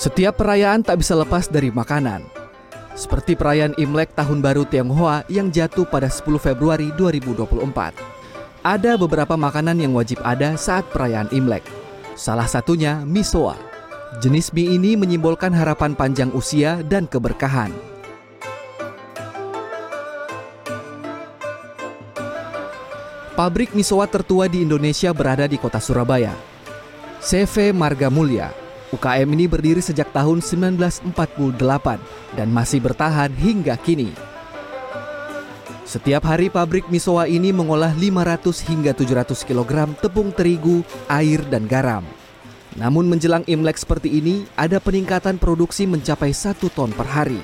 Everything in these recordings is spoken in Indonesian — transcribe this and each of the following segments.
Setiap perayaan tak bisa lepas dari makanan. Seperti perayaan Imlek Tahun Baru Tionghoa yang jatuh pada 10 Februari 2024. Ada beberapa makanan yang wajib ada saat perayaan Imlek. Salah satunya misoa. Jenis mie ini menyimbolkan harapan panjang usia dan keberkahan. Pabrik misoa tertua di Indonesia berada di kota Surabaya. CV Marga Mulya. UKM ini berdiri sejak tahun 1948 dan masih bertahan hingga kini. Setiap hari pabrik misoa ini mengolah 500 hingga 700 kg tepung terigu, air, dan garam. Namun menjelang Imlek seperti ini, ada peningkatan produksi mencapai 1 ton per hari.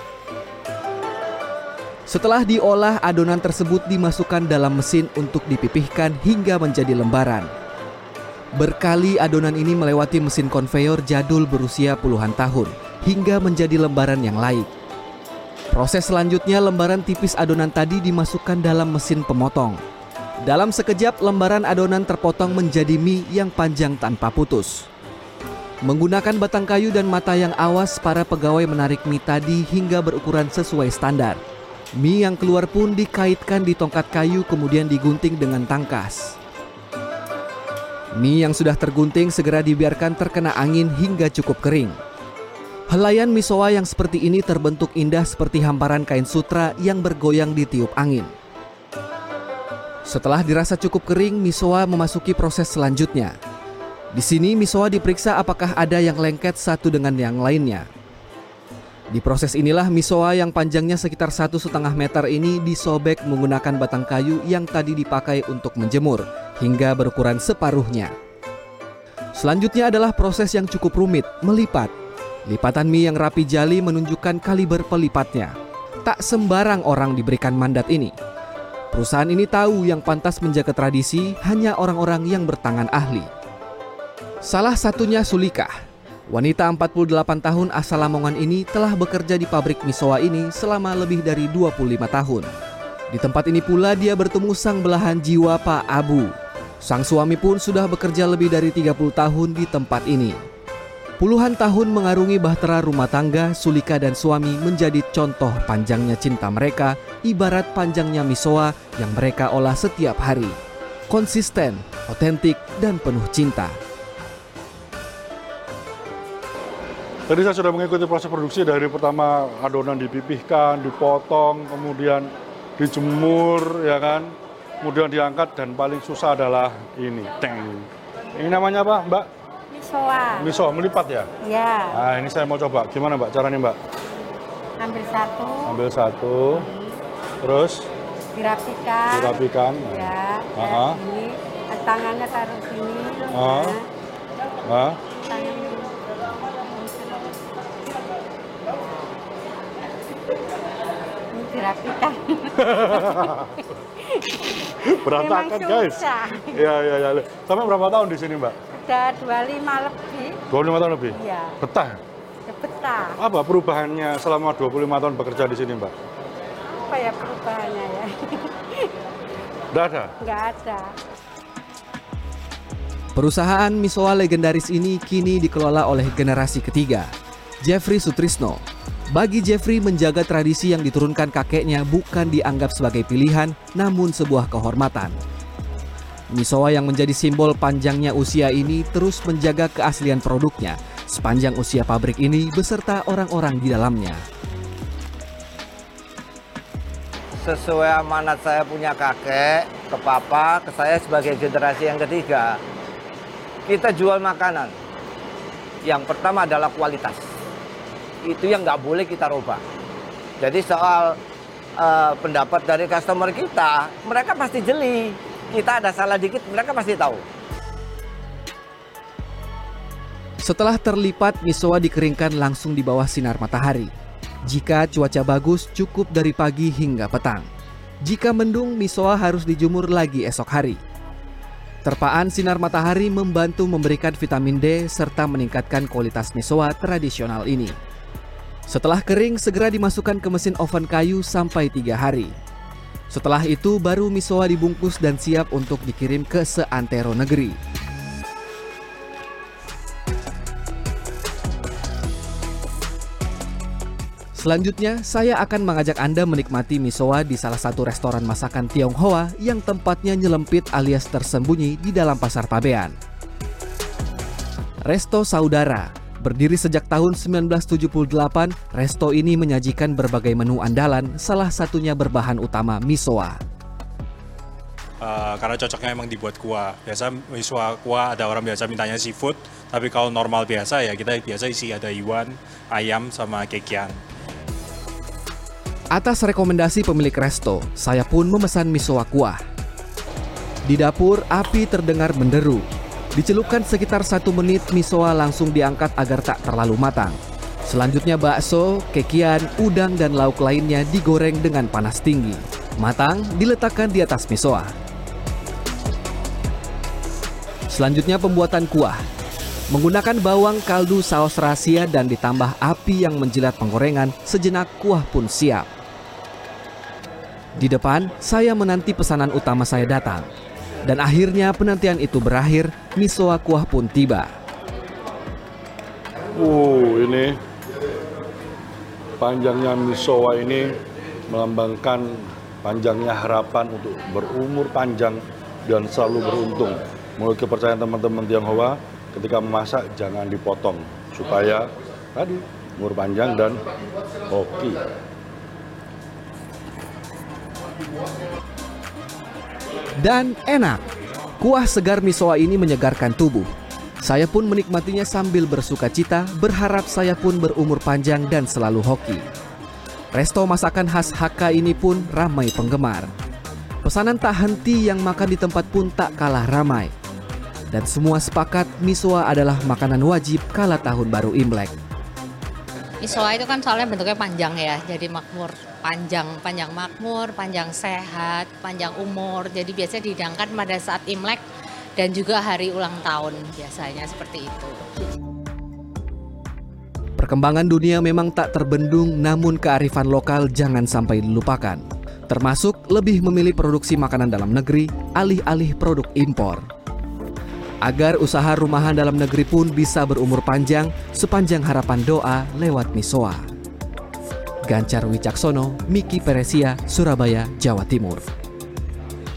Setelah diolah, adonan tersebut dimasukkan dalam mesin untuk dipipihkan hingga menjadi lembaran. Berkali adonan ini melewati mesin konveyor jadul berusia puluhan tahun hingga menjadi lembaran yang laik. Proses selanjutnya, lembaran tipis adonan tadi dimasukkan dalam mesin pemotong. Dalam sekejap, lembaran adonan terpotong menjadi mie yang panjang tanpa putus. Menggunakan batang kayu dan mata yang awas, para pegawai menarik mie tadi hingga berukuran sesuai standar. Mie yang keluar pun dikaitkan di tongkat kayu kemudian digunting dengan tangkas. Mie yang sudah tergunting segera dibiarkan terkena angin hingga cukup kering. Helaian misoa yang seperti ini terbentuk indah seperti hamparan kain sutra yang bergoyang ditiup angin. Setelah dirasa cukup kering, misoa memasuki proses selanjutnya. Di sini misoa diperiksa apakah ada yang lengket satu dengan yang lainnya. Di proses inilah misoa yang panjangnya sekitar 1,5 meter ini disobek menggunakan batang kayu yang tadi dipakai untuk menjemur hingga berukuran separuhnya. Selanjutnya adalah proses yang cukup rumit, melipat. Lipatan mie yang rapi jali menunjukkan kaliber pelipatnya. Tak sembarang orang diberikan mandat ini. Perusahaan ini tahu yang pantas menjaga tradisi hanya orang-orang yang bertangan ahli. Salah satunya Sulikah. Wanita 48 tahun asal Lamongan ini telah bekerja di pabrik misoa ini selama lebih dari 25 tahun. Di tempat ini pula dia bertemu sang belahan jiwa Pak Abu. Sang suami pun sudah bekerja lebih dari 30 tahun di tempat ini. Puluhan tahun mengarungi bahtera rumah tangga, Sulika dan suami menjadi contoh panjangnya cinta mereka, ibarat panjangnya misoa yang mereka olah setiap hari. Konsisten, otentik, dan penuh cinta. Tadi saya sudah mengikuti proses produksi dari pertama adonan dipipihkan, dipotong, kemudian dijemur, ya kan, kemudian diangkat, dan paling susah adalah ini, teng. Ini namanya apa, Mbak? Misoa. Misoa, melipat ya? Iya. Nah, ini saya mau coba. Gimana, Mbak, caranya, Mbak? Ambil satu. Ambil satu, terus dirapikan. dirapikan. Ya. Ini tangannya taruh sini. Tangannya. Ini dirapikan. Berantakan, guys. Iya. Sampai berapa tahun di sini, Mbak? Udah 25 lebih. 25 tahun lebih? Iya. Betah? Ya, betah. Apa perubahannya selama 25 tahun bekerja di sini, Mbak? Apa ya perubahannya ya? Nggak ada? Nggak ada. Perusahaan misoa legendaris ini kini dikelola oleh generasi ketiga, Jeffrey Sutrisno. Bagi Jeffrey, menjaga tradisi yang diturunkan kakeknya bukan dianggap sebagai pilihan, namun sebuah kehormatan. Misoa yang menjadi simbol panjangnya usia ini terus menjaga keaslian produknya sepanjang usia pabrik ini beserta orang-orang di dalamnya. Sesuai amanat saya punya kakek, ke papa, ke saya sebagai generasi yang ketiga. Kita jual makanan. Yang pertama adalah kualitas. Itu yang nggak boleh kita rubah. Jadi soal pendapat dari customer kita, mereka pasti jeli. Kita ada salah dikit, mereka pasti tahu. Setelah terlipat, misoa dikeringkan langsung di bawah sinar matahari. Jika cuaca bagus, cukup dari pagi hingga petang. Jika mendung, misoa harus dijemur lagi esok hari. Terpaan sinar matahari membantu memberikan vitamin D serta meningkatkan kualitas misoa tradisional ini. Setelah kering, segera dimasukkan ke mesin oven kayu sampai 3 hari. Setelah itu baru misoa dibungkus dan siap untuk dikirim ke seantero negeri. Selanjutnya, saya akan mengajak Anda menikmati misoa di salah satu restoran masakan Tionghoa yang tempatnya nyelempit alias tersembunyi di dalam Pasar Pabean. Resto Saudara, berdiri sejak tahun 1978, resto ini menyajikan berbagai menu andalan, salah satunya berbahan utama misoa. Karena cocoknya emang dibuat kuah. Biasa misoa kuah ada orang biasa mintanya seafood, tapi kalau normal biasa ya kita biasa isi ada iwan, ayam, sama kekian. Atas rekomendasi pemilik resto, saya pun memesan misoa kuah. Di dapur, api terdengar menderu. Dicelupkan sekitar 1 menit, misoa langsung diangkat agar tak terlalu matang. Selanjutnya bakso, kekian, udang, dan lauk lainnya digoreng dengan panas tinggi. Matang, diletakkan di atas misoa. Selanjutnya pembuatan kuah. Menggunakan bawang, kaldu, saus rahasia, dan ditambah api yang menjilat penggorengan, sejenak kuah pun siap. Di depan, saya menanti pesanan utama saya datang. Dan akhirnya penantian itu berakhir, misoa kuah pun tiba. Ini panjangnya misoa ini melambangkan panjangnya harapan untuk berumur panjang dan selalu beruntung. Menurut kepercayaan teman-teman Tionghoa, ketika memasak jangan dipotong supaya tadi umur panjang dan hoki. Dan enak. Kuah segar misoa ini menyegarkan tubuh. Saya pun menikmatinya sambil bersuka cita, berharap saya pun berumur panjang dan selalu hoki. Resto masakan khas Hakka ini pun ramai penggemar. Pesanan tak henti yang makan di tempat pun tak kalah ramai. Dan semua sepakat misoa adalah makanan wajib kala tahun baru Imlek. Misoa itu kan soalnya bentuknya panjang ya, jadi makmur, panjang makmur, panjang sehat, panjang umur. Jadi biasanya dihidangkan pada saat Imlek dan juga hari ulang tahun, biasanya seperti itu. Perkembangan dunia memang tak terbendung, namun kearifan lokal jangan sampai dilupakan. Termasuk lebih memilih produksi makanan dalam negeri, alih-alih produk impor. Agar usaha rumahan dalam negeri pun bisa berumur panjang sepanjang harapan doa lewat misoa. Gancar Wicaksono, Miki Peresia, Surabaya, Jawa Timur.